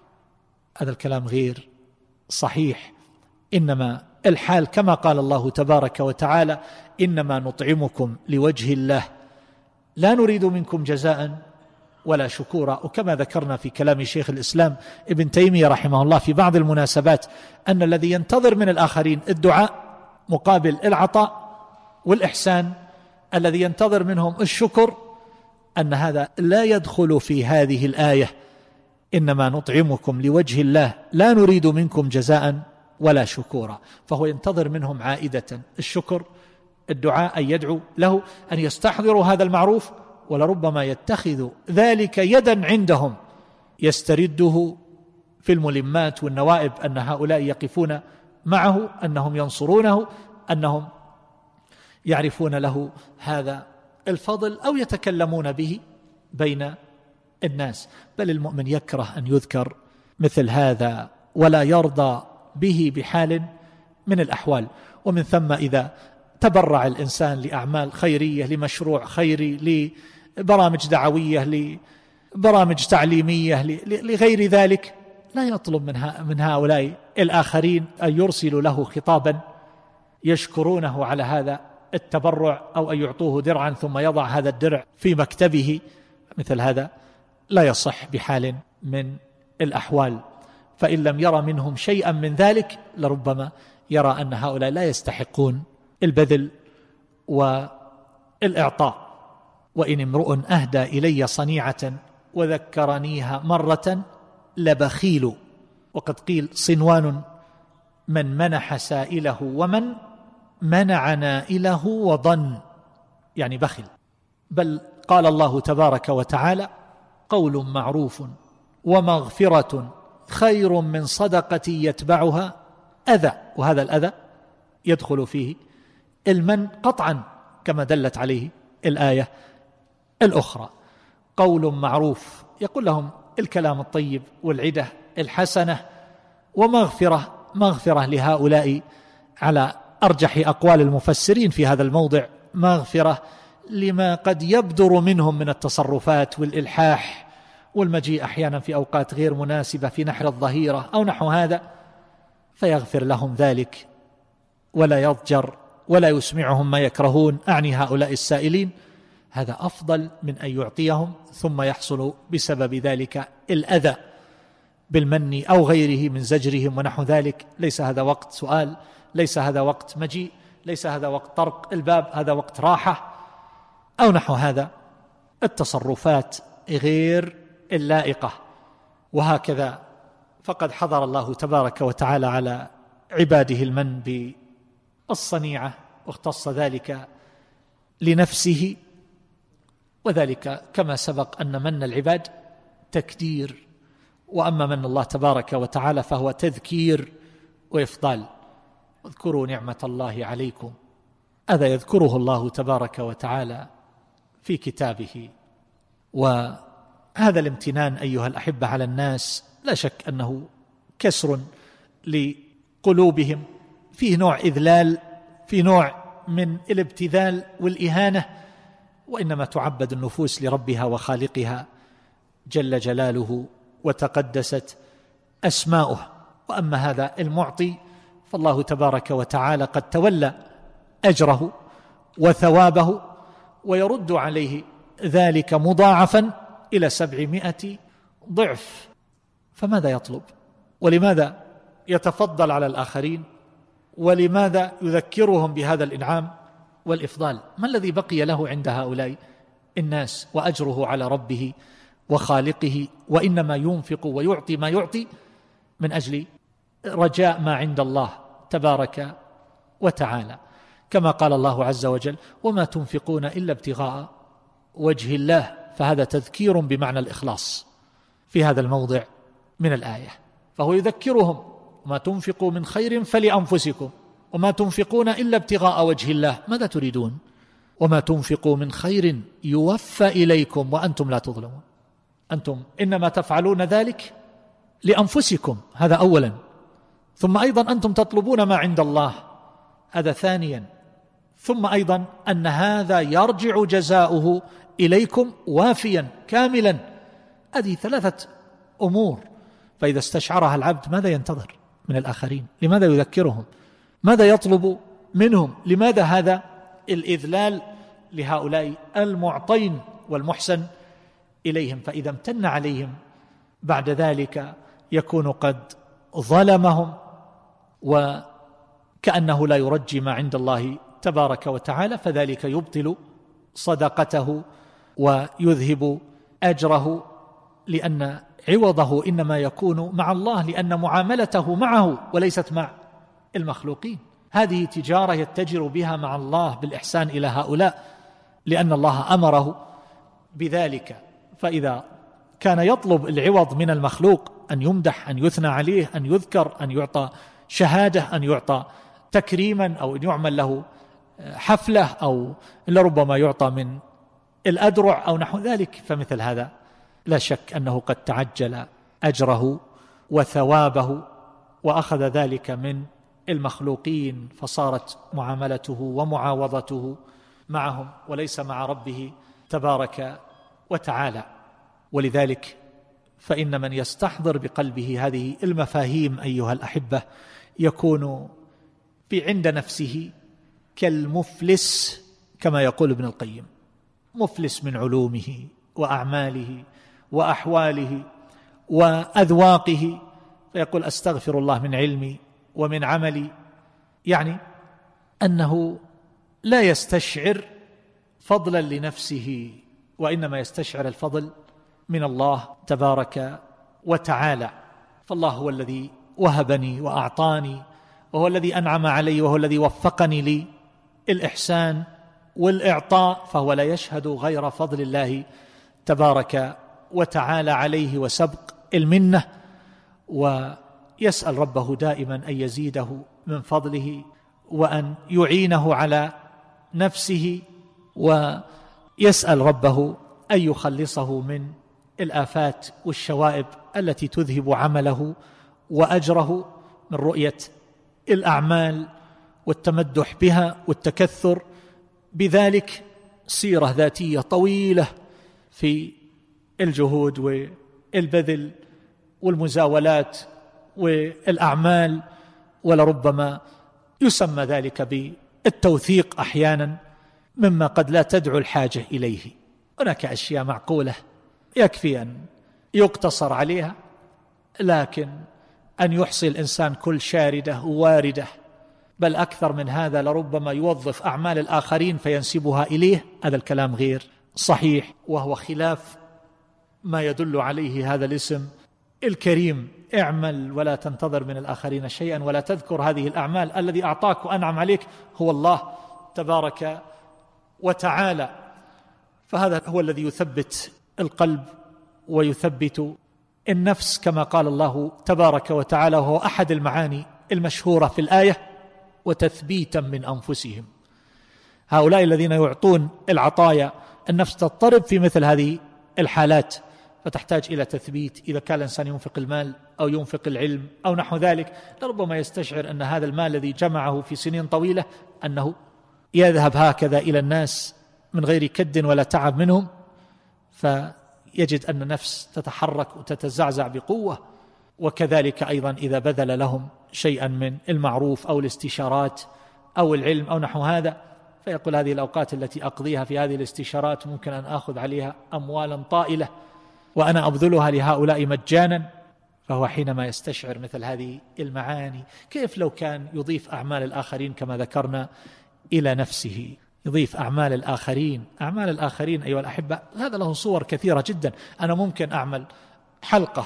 Speaker 1: هذا الكلام غير صحيح، إنما الحال كما قال الله تبارك وتعالى إنما نطعمكم لوجه الله لا نريد منكم جزاء ولا شكورا. وكما ذكرنا في كلام شيخ الإسلام ابن تيمية رحمه الله في بعض المناسبات أن الذي ينتظر من الآخرين الدعاء مقابل العطاء والإحسان، الذي ينتظر منهم الشكر، أن هذا لا يدخل في هذه الآية إنما نطعمكم لوجه الله لا نريد منكم جزاء ولا شكورا. فهو ينتظر منهم عائدة الشكر، الدعاء، أن يدعو له، أن يستحضروا هذا المعروف، ولربما يتخذ ذلك يدا عندهم يسترده في الملمات والنوائب، أن هؤلاء يقفون معه، أنهم ينصرونه، أنهم يعرفون له هذا الفضل، أو يتكلمون به بين الناس. بل المؤمن يكره أن يذكر مثل هذا ولا يرضى به بحال من الأحوال. ومن ثم إذا تبرع الإنسان لأعمال خيرية، لمشروع خيري، لبرامج دعوية، لبرامج تعليمية، لغير ذلك، لا يطلب من, من هؤلاء الآخرين أن يرسلوا له خطابا يشكرونه على هذا التبرع، أو أن يعطوه درعا ثم يضع هذا الدرع في مكتبه. مثل هذا لا يصح بحال من الأحوال. فإن لم يرى منهم شيئا من ذلك لربما يرى أن هؤلاء لا يستحقون البذل والإعطاء. وإن امرؤ أهدى إلي صنيعة وذكرنيها مرة لبخيل. وقد قيل صنوان: من منح سائله ومن منع نائله وظن، يعني بخل. بل قال الله تبارك وتعالى: قول معروف ومغفرة خير من صدقة يتبعها أذى. وهذا الأذى يدخل فيه المن قطعا كما دلت عليه الآية الأخرى. قول معروف يقول لهم الكلام الطيب والعدة الحسنة، ومغفرة مغفرة لهؤلاء على أرجح أقوال المفسرين في هذا الموضع، مغفرة لما قد يبدر منهم من التصرفات والإلحاح والمجيء أحيانا في أوقات غير مناسبة في نحر الظهيرة أو نحو هذا، فيغفر لهم ذلك ولا يضجر ولا يسمعهم ما يكرهون، أعني هؤلاء السائلين. هذا أفضل من أن يعطيهم ثم يحصل بسبب ذلك الأذى بالمن أو غيره من زجرهم ونحو ذلك. ليس هذا وقت سؤال، ليس هذا وقت مجيء، ليس هذا وقت طرق الباب، هذا وقت راحة أو نحو هذا التصرفات غير اللائقة. وهكذا فقد حضر الله تبارك وتعالى على عباده المن بالصنيعة، واختص ذلك لنفسه، وذلك كما سبق أن من العباد تكدير، وأما من الله تبارك وتعالى فهو تذكير وإفضال. واذكروا نعمة الله عليكم، هذا يذكره الله تبارك وتعالى في كتابه. وهذا الامتنان أيها الأحبة على الناس لا شك أنه كسر لقلوبهم، فيه نوع إذلال، في نوع من الابتذال والإهانة، وإنما تعبد النفوس لربها وخالقها جل جلاله وتقدست أسماؤه. وأما هذا المعطي فالله تبارك وتعالى قد تولى أجره وثوابه، ويرد عليه ذلك مضاعفا إلى سبعمائة ضعف. فماذا يطلب؟ ولماذا يتفضل على الآخرين؟ ولماذا يذكرهم بهذا الإنعام والإفضال؟ ما الذي بقي له عند هؤلاء الناس وأجره على ربه وخالقه؟ وإنما ينفق ويعطي ما يعطي من أجل رجاء ما عند الله تبارك وتعالى، كما قال الله عز وجل: وما تنفقون إلا ابتغاء وجه الله. فهذا تذكير بمعنى الإخلاص في هذا الموضع من الآية، فهو يذكرهم: وما تنفقوا من خير فلأنفسكم وما تنفقون إلا ابتغاء وجه الله. ماذا تريدون؟ وما تنفقوا من خير يوفى إليكم وأنتم لا تظلمون. أنتم إنما تفعلون ذلك لأنفسكم، هذا أولا، ثم أيضا أنتم تطلبون ما عند الله، هذا ثانيا، ثم أيضا أن هذا يرجع جزاؤه إليكم وافيا كاملا. هذه ثلاثة أمور، فإذا استشعرها العبد ماذا ينتظر من الآخرين؟ لماذا يذكرهم؟ ماذا يطلب منهم؟ لماذا هذا الإذلال لهؤلاء المعطين والمحسن إليهم؟ فإذا امتن عليهم بعد ذلك يكون قد ظلمهم، وكأنه لا يرجي ما عند الله تبارك وتعالى، فذلك يبطل صدقته ويذهب أجره، لأن عوضه إنما يكون مع الله، لأن معاملته معه وليست مع المخلوقين. هذه تجارة يتجر بها مع الله بالإحسان إلى هؤلاء، لأن الله أمره بذلك. فإذا كان يطلب العوض من المخلوق، أن يمدح، أن يثنى عليه، أن يذكر، أن يعطى شهادة، أن يعطى تكريما، أو أن يعمل له حفلة، أو لربما يعطى من الأدرع أو نحو ذلك، فمثل هذا لا شك أنه قد تعجل أجره وثوابه وأخذ ذلك من المخلوقين، فصارت معاملته ومعاوضته معهم وليس مع ربه تبارك وتعالى. ولذلك فإن من يستحضر بقلبه هذه المفاهيم أيها الأحبة يكون في عند نفسه كالمفلس، كما يقول ابن القيم: مفلس من علومه وأعماله وأحواله وأذواقه. فيقول أستغفر الله من علمي ومن عملي، يعني أنه لا يستشعر فضلا لنفسه، وإنما يستشعر الفضل من الله تبارك وتعالى. فالله هو الذي وهبني وأعطاني، وهو الذي أنعم علي، وهو الذي وفقني للإحسان والإعطاء، فهو لا يشهد غير فضل الله تبارك وتعالى عليه وسبق المنة، ويسأل ربه دائما أن يزيده من فضله وأن يعينه على نفسه، ويسأل ربه أن يخلصه من الآفات والشوائب التي تذهب عمله وأجره، من رؤية الأعمال والتمدح بها والتكثر بذلك. سيرة ذاتية طويلة في الجهود والبذل والمزاولات والأعمال، ولربما يسمى ذلك بالتوثيق أحيانا مما قد لا تدعو الحاجة إليه. هناك أشياء معقولة يكفي أن يقتصر عليها، لكن أن يحصي الإنسان كل شاردة وواردة، بل أكثر من هذا لربما يوظف أعمال الآخرين فينسبها إليه، هذا الكلام غير صحيح، وهو خلاف ما يدل عليه هذا الاسم الكريم: اعمل ولا تنتظر من الآخرين شيئا ولا تذكر هذه الأعمال. الذي أعطاك وأنعم عليك هو الله تبارك وتعالى. فهذا هو الذي يثبت القلب ويثبت النفس، كما قال الله تبارك وتعالى، وهو أحد المعاني المشهورة في الآية: وتثبيتا من أنفسهم. هؤلاء الذين يعطون العطايا النفس تضطرب في مثل هذه الحالات، فتحتاج إلى تثبيت. إذا كان الإنسان ينفق المال أو ينفق العلم أو نحو ذلك، لربما يستشعر أن هذا المال الذي جمعه في سنين طويلة أنه يذهب هكذا إلى الناس من غير كد ولا تعب منهم، فيجد أن النفس تتحرك وتتزعزع بقوة. وكذلك أيضا إذا بذل لهم شيئا من المعروف أو الاستشارات أو العلم أو نحو هذا، فيقول هذه الأوقات التي أقضيها في هذه الاستشارات ممكن أن أخذ عليها أموالا طائلة وأنا أبذلها لهؤلاء مجانا. فهو حينما يستشعر مثل هذه المعاني، كيف لو كان يضيف أعمال الآخرين كما ذكرنا إلى نفسه؟ يضيف أعمال الآخرين. أعمال الآخرين أيها الأحبة هذا له صور كثيرة جدا. أنا ممكن أعمل حلقة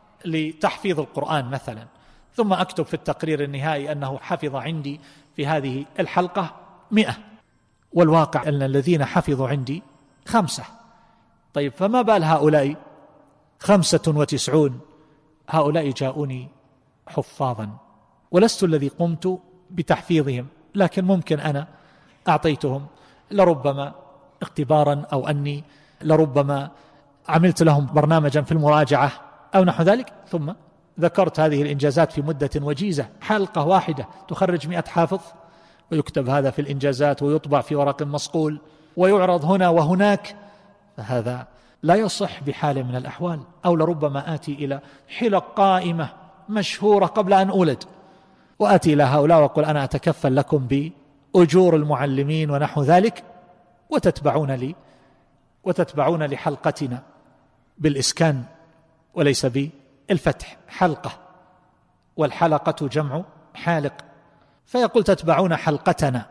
Speaker 1: لتحفيظ القرآن مثلا، ثم أكتب في التقرير النهائي أنه حفظ عندي في هذه الحلقة مئة، والواقع أن الذين حفظوا عندي خمسة. طيب فما بال هؤلاء خمسة وتسعون؟ هؤلاء جاءوني حفاظا ولست الذي قمت بتحفيظهم، لكن ممكن أنا أعطيتهم لربما اختبارا، أو أني لربما عملت لهم برنامجا في المراجعة أو نحو ذلك، ثم ذكرت هذه الإنجازات في مدة وجيزة. حلقة واحدة تخرج مئة حافظ، ويكتب هذا في الإنجازات ويطبع في ورق مصقول ويعرض هنا وهناك. فهذا لا يصح بحال من الأحوال. أو لربما آتي إلى حلق قائمة مشهورة قبل أن أولد، وآتي إلى هؤلاء وأقول أنا أتكفل لكم بأجور المعلمين ونحو ذلك، وتتبعون لي وتتبعون لحلقتنا بالإسكان وليس بالفتح، حلقة، والحلقة جمع حالق. فيقول تتبعون حلقتنا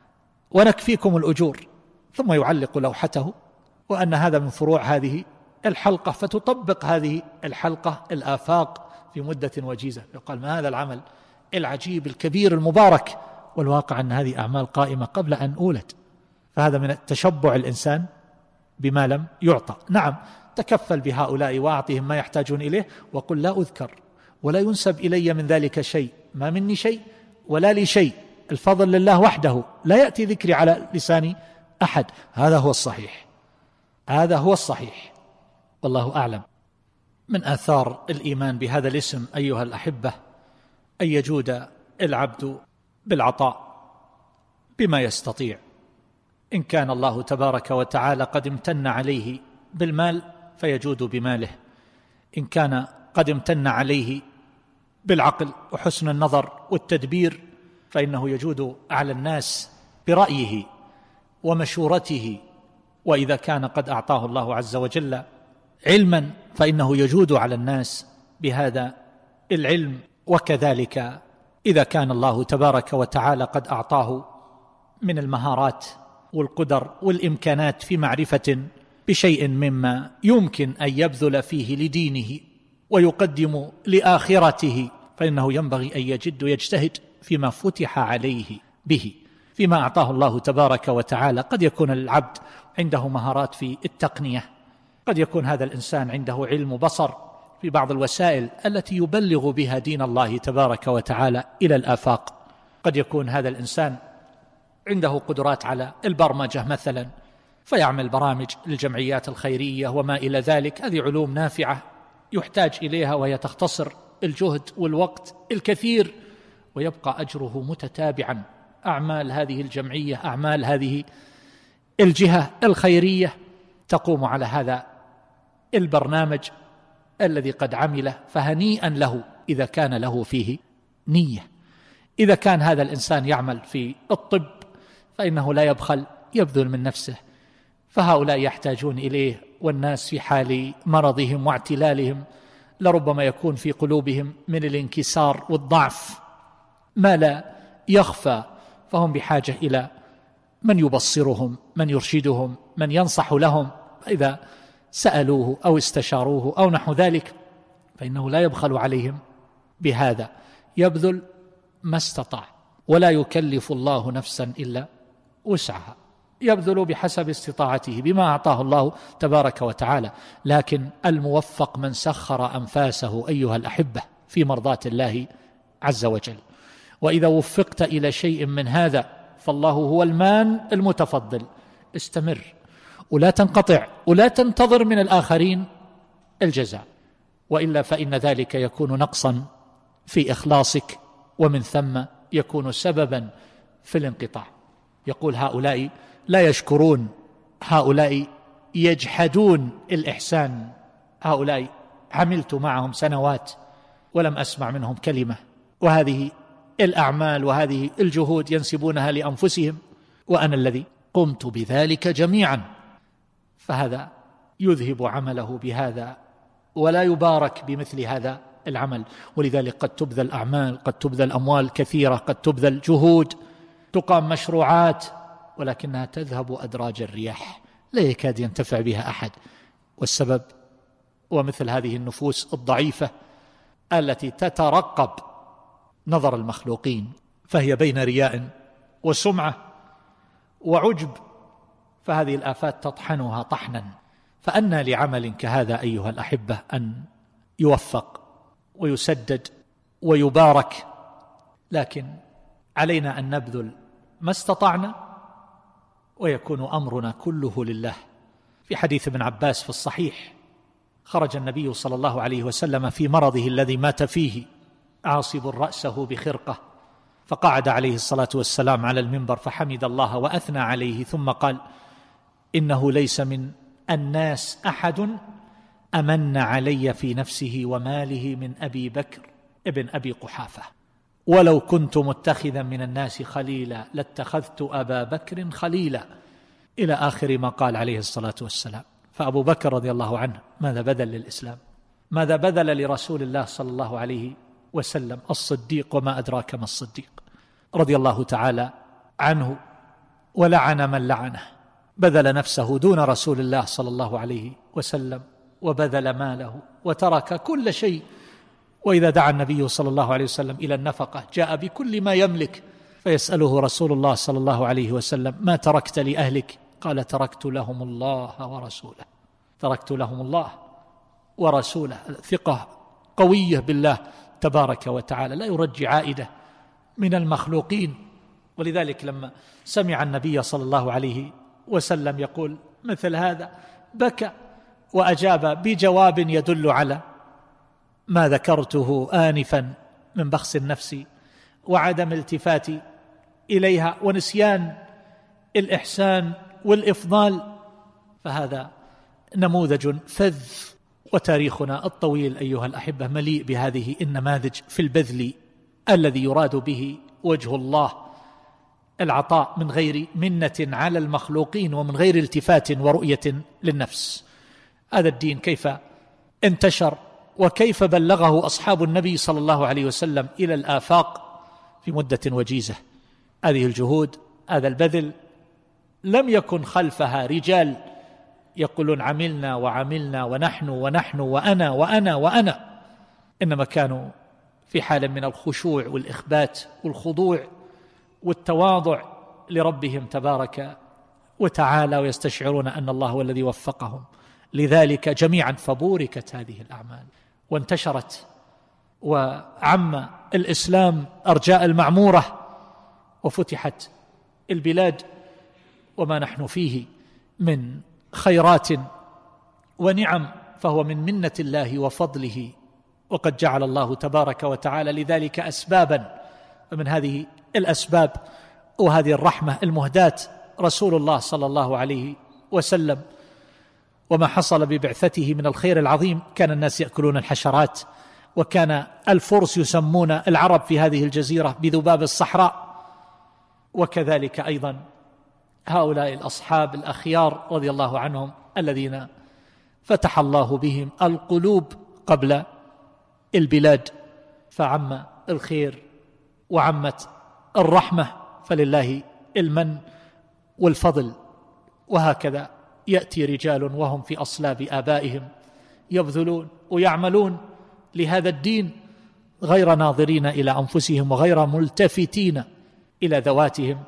Speaker 1: ونكفيكم الأجور، ثم يعلق لوحته وأن هذا من فروع هذه الحلقة، فتطبق هذه الحلقة الآفاق في مدة وجيزة. يقال ما هذا العمل العجيب الكبير المبارك، والواقع أن هذه أعمال قائمة قبل أن أولد. فهذا من التشبع الإنسان بما لم يعطى. نعم تكفل بهؤلاء وأعطهم ما يحتاجون إليه، وقل لا أذكر ولا ينسب إلي من ذلك شيء، ما مني شيء ولا لي شيء، الفضل لله وحده، لا يأتي ذكري على لسان أحد. هذا هو الصحيح، هذا هو الصحيح، والله أعلم. من آثار الإيمان بهذا الاسم أيها الأحبة أن يجود العبد بالعطاء بما يستطيع. إن كان الله تبارك وتعالى قد امتن عليه بالمال فيجود بماله، إن كان قد امتن عليه بالعقل وحسن النظر والتدبير فإنه يجود على الناس برأيه ومشورته، وإذا كان قد أعطاه الله عز وجل علما فإنه يجود على الناس بهذا العلم، وكذلك إذا كان الله تبارك وتعالى قد أعطاه من المهارات والقدر والإمكانات في معرفة بشيء مما يمكن أن يبذل فيه لدينه ويقدم لآخرته، فإنه ينبغي أن يجد ويجتهد فيما فتح عليه به، فيما أعطاه الله تبارك وتعالى. قد يكون العبد عنده مهارات في التقنية، قد يكون هذا الإنسان عنده علم بصر في بعض الوسائل التي يبلغ بها دين الله تبارك وتعالى إلى الآفاق، قد يكون هذا الإنسان عنده قدرات على البرمجة مثلا، فيعمل برامج للجمعيات الخيرية وما إلى ذلك. هذه علوم نافعة يحتاج إليها، وهي تختصر الجهد والوقت الكثير، ويبقى أجره متتابعا. أعمال هذه الجمعية، أعمال هذه الجهة الخيرية تقوم على هذا البرنامج الذي قد عمله، فهنيئا له إذا كان له فيه نية. إذا كان هذا الإنسان يعمل في الطب فإنه لا يبخل، يبذل من نفسه، فهؤلاء يحتاجون إليه، والناس في حال مرضهم واعتلالهم لربما يكون في قلوبهم من الانكسار والضعف ما لا يخفى، فهم بحاجة إلى من يبصرهم، من يرشدهم، من ينصح لهم. إذا سألوه أو استشاروه أو نحو ذلك فإنه لا يبخل عليهم بهذا، يبذل ما استطاع، ولا يكلف الله نفسا إلا وسعها، يبذل بحسب استطاعته بما أعطاه الله تبارك وتعالى. لكن الموفق من سخر أنفاسه أيها الأحبة في مرضاة الله عز وجل. وإذا وفقت إلى شيء من هذا فالله هو المان المتفضل، استمر ولا تنقطع ولا تنتظر من الآخرين الجزاء، وإلا فإن ذلك يكون نقصا في إخلاصك، ومن ثم يكون سببا في الانقطاع. يقول هؤلاء لا يشكرون، هؤلاء يجحدون الإحسان، هؤلاء عملت معهم سنوات ولم أسمع منهم كلمة، وهذه الأعمال وهذه الجهود ينسبونها لأنفسهم، وأنا الذي قمت بذلك جميعا. فهذا يذهب عمله بهذا، ولا يبارك بمثل هذا العمل. ولذلك قد تبذل أعمال، قد تبذل أموال كثيرة، قد تبذل جهود، تقام مشروعات، ولكنها تذهب أدراج الرياح، لا يكاد ينتفع بها أحد. والسبب ومثل هذه النفوس الضعيفة التي تترقب نظر المخلوقين، فهي بين رياء وسمعة وعجب، فهذه الآفات تطحنها طحنا. فأنى لعمل كهذا أيها الأحبة أن يوفق ويسدد ويبارك، لكن علينا أن نبذل ما استطعنا، ويكون أمرنا كله لله. في حديث ابن عباس في الصحيح، خرج النبي صلى الله عليه وسلم في مرضه الذي مات فيه عاصب رأسه بخرقة، فقعد عليه الصلاة والسلام على المنبر فحمد الله وأثنى عليه، ثم قال: إنه ليس من الناس أحد أمن علي في نفسه وماله من أبي بكر ابن أبي قحافة، ولو كنت متخذا من الناس خليلا لاتخذت أبا بكر خليلا، إلى آخر ما قال عليه الصلاة والسلام. فأبو بكر رضي الله عنه ماذا بذل للإسلام؟ ماذا بذل لرسول الله صلى الله عليه وسلم؟ الصديق، وما أدراك ما الصديق، رضي الله تعالى عنه، ولعن من لعنه، بذل نفسه دون رسول الله صلى الله عليه وسلم، وبذل ماله وترك كل شيء. وإذا دعا النبي صلى الله عليه وسلم إلى النفقة جاء بكل ما يملك، فيسأله رسول الله صلى الله عليه وسلم: ما تركت لأهلك؟ قال: تركت لهم الله ورسوله، تركت لهم الله ورسوله. ثقة قوية بالله تبارك وتعالى، لا يرجي عائدة من المخلوقين. ولذلك لما سمع النبي صلى الله عليه وسلم يقول مثل هذا بكى، وأجاب بجواب يدل على ما ذكرته آنفا من بخس النفس وعدم التفات إليها ونسيان الإحسان والإفضال. فهذا نموذج فذ، وتاريخنا الطويل أيها الأحبة مليء بهذه النماذج في البذل الذي يراد به وجه الله، العطاء من غير منة على المخلوقين ومن غير التفات ورؤية للنفس. هذا الدين كيف انتشر وكيف بلغه أصحاب النبي صلى الله عليه وسلم إلى الآفاق في مدة وجيزة. هذه الجهود، هذا البذل، لم يكن خلفها رجال يقولون عملنا وعملنا ونحن ونحن وأنا وأنا وأنا، إنما كانوا في حال من الخشوع والإخبات والخضوع والتواضع لربهم تبارك وتعالى، ويستشعرون أن الله هو الذي وفقهم لذلك جميعا. فبوركت هذه الأعمال وانتشرت وعم الإسلام أرجاء المعمورة وفتحت البلاد، وما نحن فيه من خيرات ونعم فهو من منة الله وفضله، وقد جعل الله تبارك وتعالى لذلك أسبابا. ومن هذه الأسباب وهذه الرحمة المهداة رسول الله صلى الله عليه وسلم، وما حصل ببعثته من الخير العظيم. كان الناس يأكلون الحشرات، وكان الفرس يسمون العرب في هذه الجزيرة بذباب الصحراء، وكذلك أيضا هؤلاء الأصحاب الأخيار رضي الله عنهم الذين فتح الله بهم القلوب قبل البلاد، فعم الخير وعمت الرحمة، فلله المن والفضل. وهكذا يأتي رجال وهم في أصلاب آبائهم يبذلون ويعملون لهذا الدين غير ناظرين إلى أنفسهم وغير ملتفتين إلى ذواتهم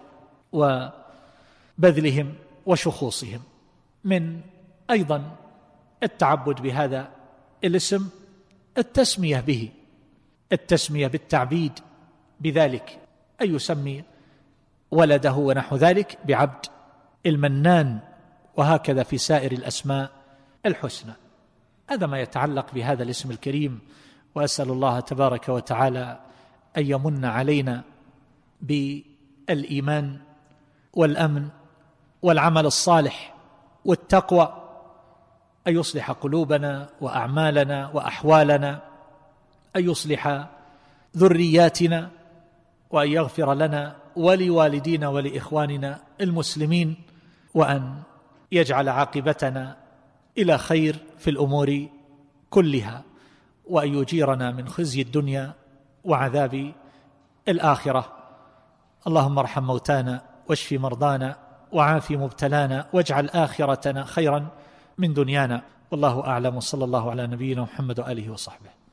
Speaker 1: وبذلهم وشخوصهم. من أيضا التعبد بهذا الاسم التسمية به، التسمية بالتعبيد بذلك، أن يسمي ولده ونحو ذلك بعبد المنان، وهكذا في سائر الأسماء الحسنى. هذا ما يتعلق بهذا الاسم الكريم، وأسأل الله تبارك وتعالى أن يمن علينا بالإيمان والأمن والعمل الصالح والتقوى، أن يصلح قلوبنا وأعمالنا وأحوالنا، أن يصلح ذرياتنا، وأن يغفر لنا ولوالدينا ولإخواننا المسلمين، وأن يجعل عاقبتنا إلى خير في الأمور كلها، وأن يجيرنا من خزي الدنيا وعذاب الآخرة. اللهم ارحم موتانا واشف مرضانا وعاف مبتلانا، واجعل آخرتنا خيرا من دنيانا. والله أعلم، وصلى الله على نبينا محمد وآله وصحبه.